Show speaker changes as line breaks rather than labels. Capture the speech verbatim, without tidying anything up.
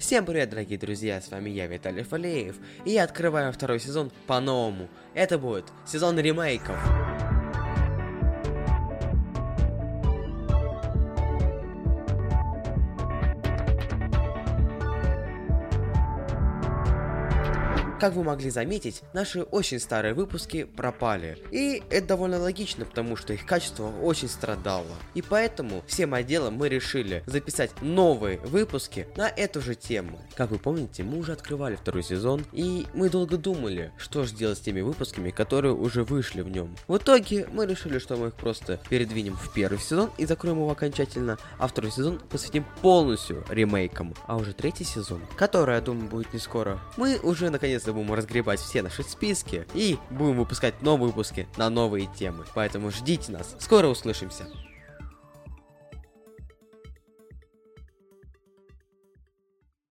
Всем привет, дорогие друзья, с вами я, Виталий Фалеев, и я открываю второй сезон по-новому. Это будет сезон ремейков. Как вы могли заметить, наши очень старые выпуски пропали. И это довольно логично, потому что их качество очень страдало. И поэтому всем отделом мы решили записать новые выпуски на эту же тему. Как вы помните, мы уже открывали второй сезон, и мы долго думали, что же делать с теми выпусками, которые уже вышли в нем. В итоге мы решили, что мы их просто передвинем в первый сезон и закроем его окончательно, а второй сезон посвятим полностью ремейкам. А уже третий сезон, который, я думаю, будет не скоро, мы уже наконец-то будем разгребать все наши списки и будем выпускать новые выпуски на новые темы. Поэтому ждите нас. Скоро услышимся.